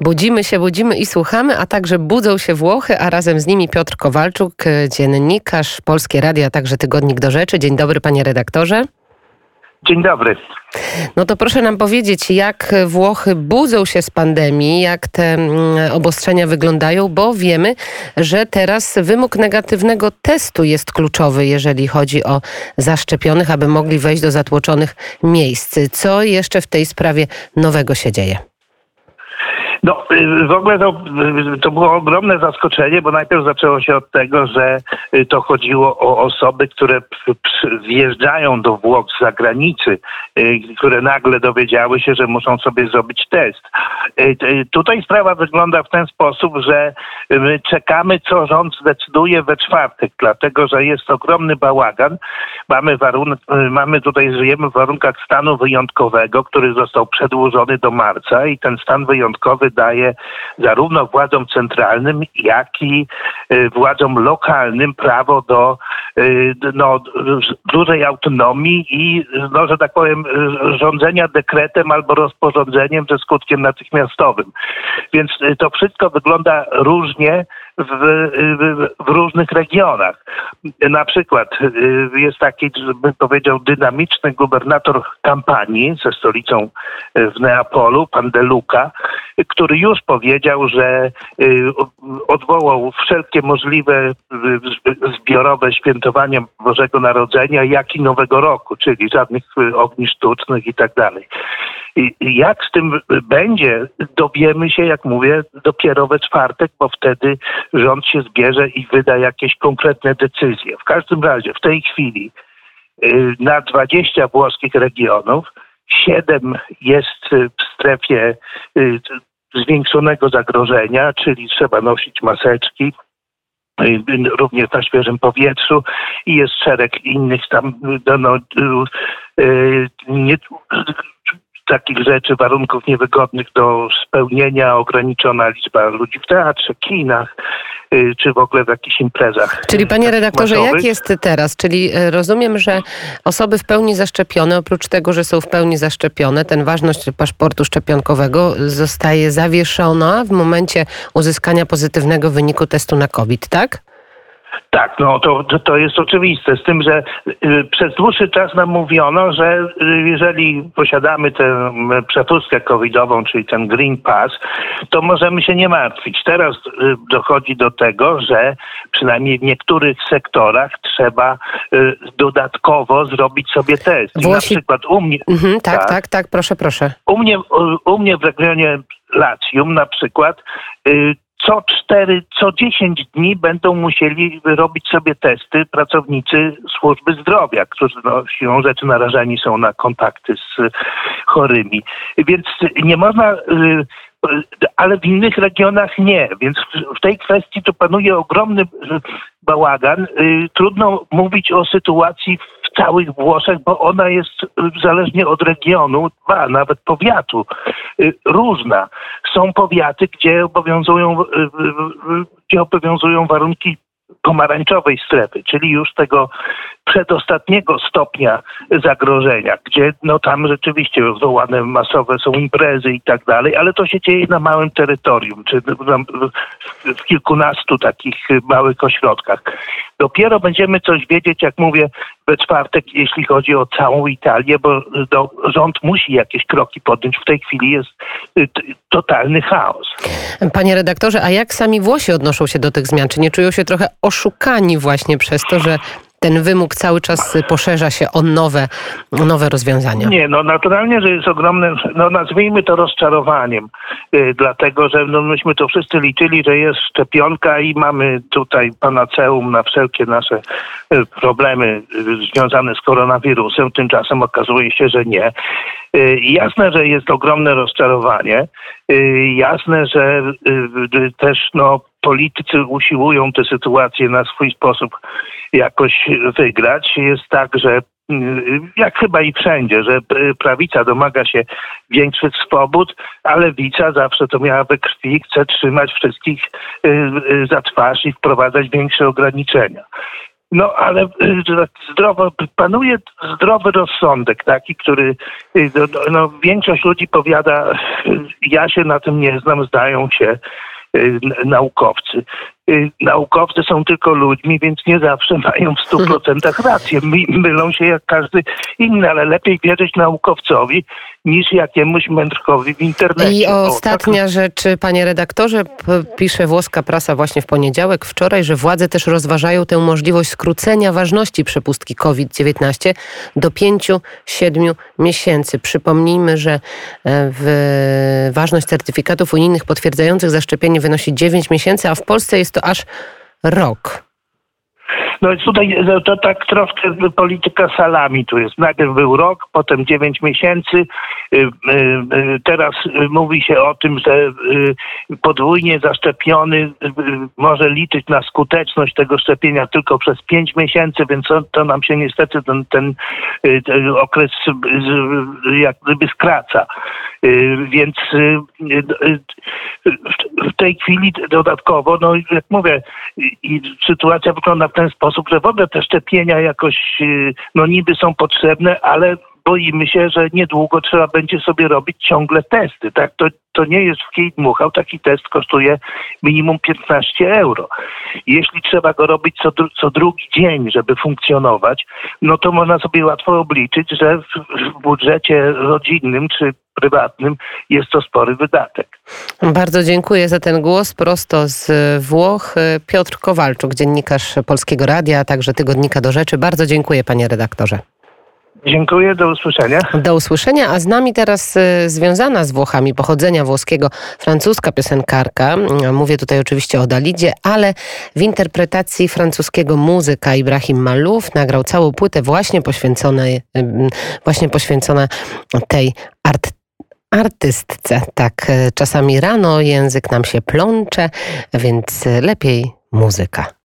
Budzimy i słuchamy, a także budzą się Włochy, a razem z nimi Piotr Kowalczuk, dziennikarz, Polskie Radio, a także Tygodnik Do Rzeczy. Dzień dobry, panie redaktorze. Dzień dobry. No to proszę nam powiedzieć, jak Włochy budzą się z pandemii, jak te obostrzenia wyglądają, bo wiemy, że teraz wymóg negatywnego testu jest kluczowy, jeżeli chodzi o zaszczepionych, aby mogli wejść do zatłoczonych miejsc. Co jeszcze w tej sprawie nowego się dzieje? No, w ogóle to było ogromne zaskoczenie, bo najpierw zaczęło się od tego, że to chodziło o osoby, które wjeżdżają do Włoch z zagranicy, które nagle dowiedziały się, że muszą sobie zrobić test. Tutaj sprawa wygląda w ten sposób, że my czekamy, co rząd zdecyduje we czwartek, dlatego że jest ogromny bałagan. Żyjemy w warunkach stanu wyjątkowego, który został przedłużony do marca i ten stan wyjątkowy daje zarówno władzom centralnym, jak i władzom lokalnym prawo do dużej autonomii i, że tak powiem, rządzenia dekretem albo rozporządzeniem ze skutkiem natychmiastowym. Więc to wszystko wygląda różnie w różnych regionach. Na przykład jest taki, bym powiedział, dynamiczny gubernator Kampanii ze stolicą w Neapolu, pan De Luca, który już powiedział, że odwołał wszelkie możliwe zbiorowe świętowania Bożego Narodzenia, jak i Nowego Roku, czyli żadnych ognisk sztucznych i tak dalej. Jak z tym będzie, dowiemy się, jak mówię, dopiero we czwartek, bo wtedy rząd się zbierze i wyda jakieś konkretne decyzje. W każdym razie w tej chwili na 20 włoskich regionów 7 jest w strefie zwiększonego zagrożenia, czyli trzeba nosić maseczki, również na świeżym powietrzu i jest szereg innych tam takich rzeczy, warunków niewygodnych do spełnienia, ograniczona liczba ludzi w teatrze, kinach, czy w ogóle w jakichś imprezach. Czyli panie redaktorze, masowych. Jak jest teraz? Czyli rozumiem, że osoby w pełni zaszczepione, oprócz tego, że są w pełni zaszczepione, ten ważność paszportu szczepionkowego zostaje zawieszona w momencie uzyskania pozytywnego wyniku testu na COVID, tak? Tak, to jest oczywiste. Z tym, że przez dłuższy czas nam mówiono, że jeżeli posiadamy tę przepustkę covidową, czyli ten Green Pass, to możemy się nie martwić. Teraz dochodzi do tego, że przynajmniej w niektórych sektorach trzeba dodatkowo zrobić sobie test. I na przykład u mnie... Tak, proszę. U mnie w regionie Latium na przykład co 10 dni będą musieli robić sobie testy pracownicy służby zdrowia, którzy siłą rzeczy narażeni są na kontakty z chorymi. Więc nie można, ale w innych regionach nie. Więc w tej kwestii to panuje ogromny bałagan. Trudno mówić o sytuacji w całych Włoszech, bo ona jest zależnie od regionu, nawet powiatu, różna. Są powiaty, gdzie obowiązują warunki pomarańczowej strefy, czyli już tego przedostatniego stopnia zagrożenia, gdzie tam rzeczywiście wywołane masowe są imprezy i tak dalej, ale to się dzieje na małym terytorium, czy w kilkunastu takich małych ośrodkach. Dopiero będziemy coś wiedzieć, jak mówię, we czwartek, jeśli chodzi o całą Italię, bo rząd musi jakieś kroki podjąć. W tej chwili jest totalny chaos. Panie redaktorze, a jak sami Włosi odnoszą się do tych zmian? Czy nie czują się trochę oszukani właśnie przez to, że ten wymóg cały czas poszerza się o nowe rozwiązania? Nie, naturalnie, że jest ogromne, nazwijmy to rozczarowaniem, dlatego, że myśmy to wszyscy liczyli, że jest szczepionka i mamy tutaj panaceum na wszelkie nasze problemy związane z koronawirusem. Tymczasem okazuje się, że nie. Jasne, że jest ogromne rozczarowanie. Jasne, że też politycy usiłują tę sytuację na swój sposób jakoś wygrać. Jest tak, że jak chyba i wszędzie, że prawica domaga się większych swobód, a lewica zawsze to miała we krwi, chce trzymać wszystkich za twarz i wprowadzać większe ograniczenia. No ale panuje zdrowy rozsądek taki, który większość ludzi powiada, ja się na tym nie znam, zdają się naukowcy. Naukowcy są tylko ludźmi, więc nie zawsze mają w 100% rację. Mylą się jak każdy inny, ale lepiej wierzyć naukowcowi niż jakiemuś mędrkowi w internecie. I ostatnia rzecz, panie redaktorze, pisze włoska prasa właśnie w poniedziałek, wczoraj, że władze też rozważają tę możliwość skrócenia ważności przepustki COVID-19 do 5-7 miesięcy. Przypomnijmy, że ważność certyfikatów unijnych potwierdzających zaszczepienie wynosi 9 miesięcy, a w Polsce jest to aż rok. No i tutaj to tak troszkę polityka salami tu jest. Najpierw był rok, potem 9 miesięcy. Teraz mówi się o tym, że podwójnie zaszczepiony może liczyć na skuteczność tego szczepienia tylko przez 5 miesięcy, więc to nam się niestety ten okres jak gdyby skraca. Więc w tej chwili dodatkowo, no jak mówię, sytuacja wygląda w ten sposób, że w ogóle te szczepienia jakoś niby są potrzebne, ale boimy się, że niedługo trzeba będzie sobie robić ciągle testy. Tak? To nie jest w kij dmuchał. Taki test kosztuje minimum 15 euro. Jeśli trzeba go robić co drugi dzień, żeby funkcjonować, no to można sobie łatwo obliczyć, że w budżecie rodzinnym czy prywatnym jest to spory wydatek. Bardzo dziękuję za ten głos. Prosto z Włoch Piotr Kowalczuk, dziennikarz Polskiego Radia, a także Tygodnika Do Rzeczy. Bardzo dziękuję, panie redaktorze. Dziękuję, do usłyszenia. Do usłyszenia, a z nami teraz związana z Włochami pochodzenia włoskiego francuska piosenkarka. Mówię tutaj oczywiście o Dalidzie, ale w interpretacji francuskiego muzyka Ibrahim Malouf nagrał całą płytę właśnie poświęcona tej artystce. Tak, czasami rano język nam się plącze, więc lepiej muzyka.